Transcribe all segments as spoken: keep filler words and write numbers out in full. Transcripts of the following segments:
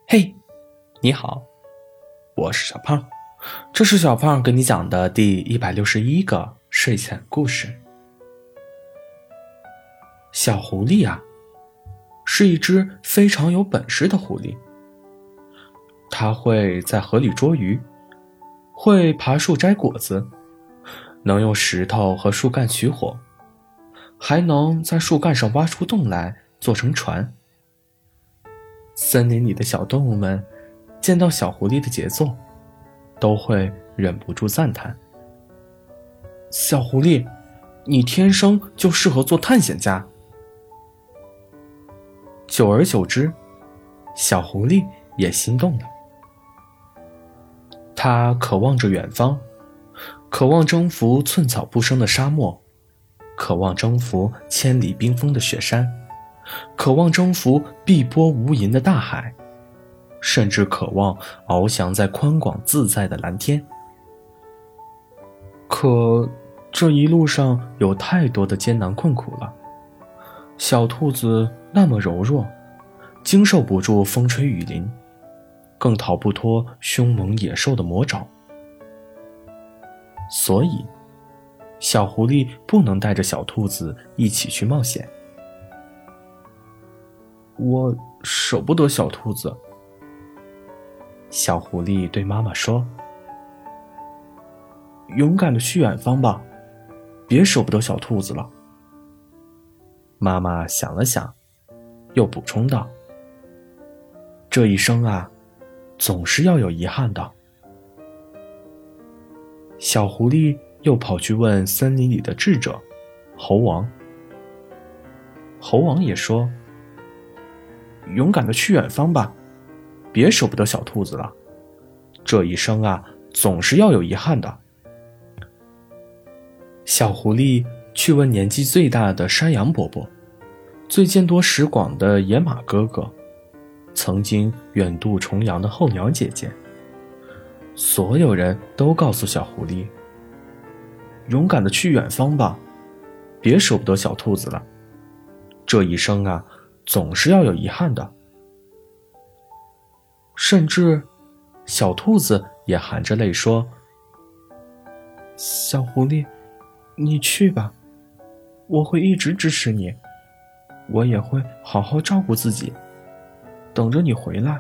嘿，你好，我是小胖，这是小胖给你讲的第一百六十一个睡前故事。小狐狸啊，是一只非常有本事的狐狸。它会在河里捉鱼，会爬树摘果子，能用石头和树干取火，还能在树干上挖出洞来做成船。森林里的小动物们见到小狐狸的杰作，都会忍不住赞叹：小狐狸，你天生就适合做探险家。久而久之，小狐狸也心动了。它渴望着远方，渴望征服寸草不生的沙漠，渴望征服千里冰封的雪山，渴望征服碧波无垠的大海，甚至渴望翱翔在宽广自在的蓝天。可这一路上有太多的艰难困苦了，小兔子那么柔弱，经受不住风吹雨淋，更逃不脱凶猛野兽的魔爪。所以小狐狸不能带着小兔子一起去冒险。我舍不得小兔子，小狐狸对妈妈说：勇敢地去远方吧，别舍不得小兔子了。妈妈想了想，又补充道：这一生啊，总是要有遗憾的。小狐狸又跑去问森林里的智者猴王。猴王也说：勇敢地去远方吧，别舍不得小兔子了。这一生啊，总是要有遗憾的。小狐狸去问年纪最大的山羊伯伯，最见多识广的野马哥哥，曾经远渡重洋的候鸟姐姐。所有人都告诉小狐狸：勇敢地去远方吧，别舍不得小兔子了。这一生啊，总是要有遗憾的。甚至小兔子也含着泪说：小狐狸，你去吧，我会一直支持你，我也会好好照顾自己，等着你回来。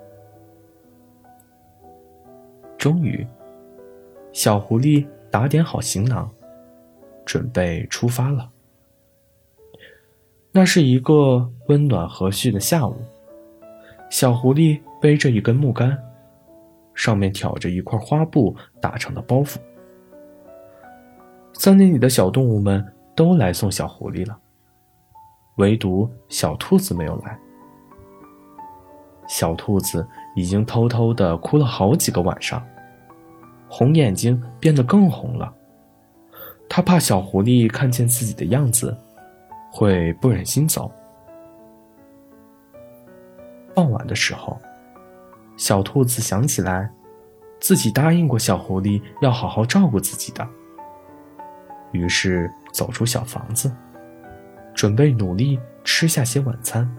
终于，小狐狸打点好行囊，准备出发了。那是一个温暖和煦的下午，小狐狸背着一根木杆，上面挑着一块花布打成的包袱。森林里的小动物们都来送小狐狸了，唯独小兔子没有来。小兔子已经偷偷地哭了好几个晚上，红眼睛变得更红了。它怕小狐狸看见自己的样子，会不忍心走。傍晚的时候，小兔子想起来，自己答应过小狐狸要好好照顾自己的，于是走出小房子，准备努力吃下些晚餐。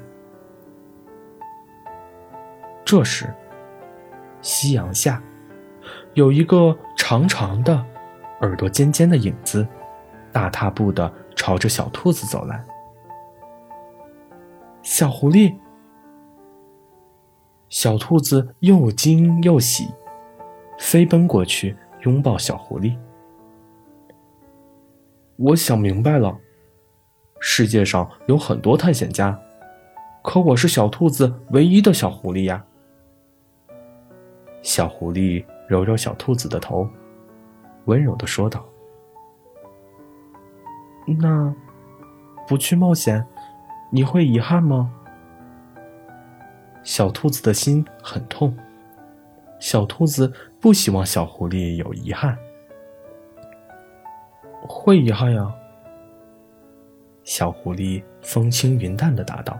这时，夕阳下，有一个长长的、耳朵尖尖的影子，大踏步地朝着小兔子走来。小狐狸！小兔子又惊又喜，飞奔过去拥抱小狐狸。我想明白了，世界上有很多探险家，可我是小兔子唯一的小狐狸呀。小狐狸揉揉小兔子的头，温柔地说道：那不去冒险，你会遗憾吗？小兔子的心很痛，小兔子不希望小狐狸有遗憾。会遗憾呀，小狐狸风轻云淡地答道。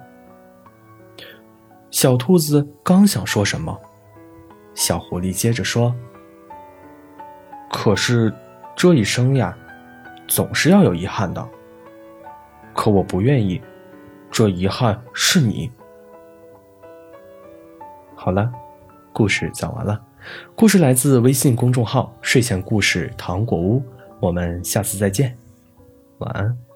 小兔子刚想说什么，小狐狸接着说：可是这一生呀，总是要有遗憾的。可我不愿意，这遗憾是你。 好了，故事讲完了。故事来自微信公众号睡前故事糖果屋，我们下次再见，晚安。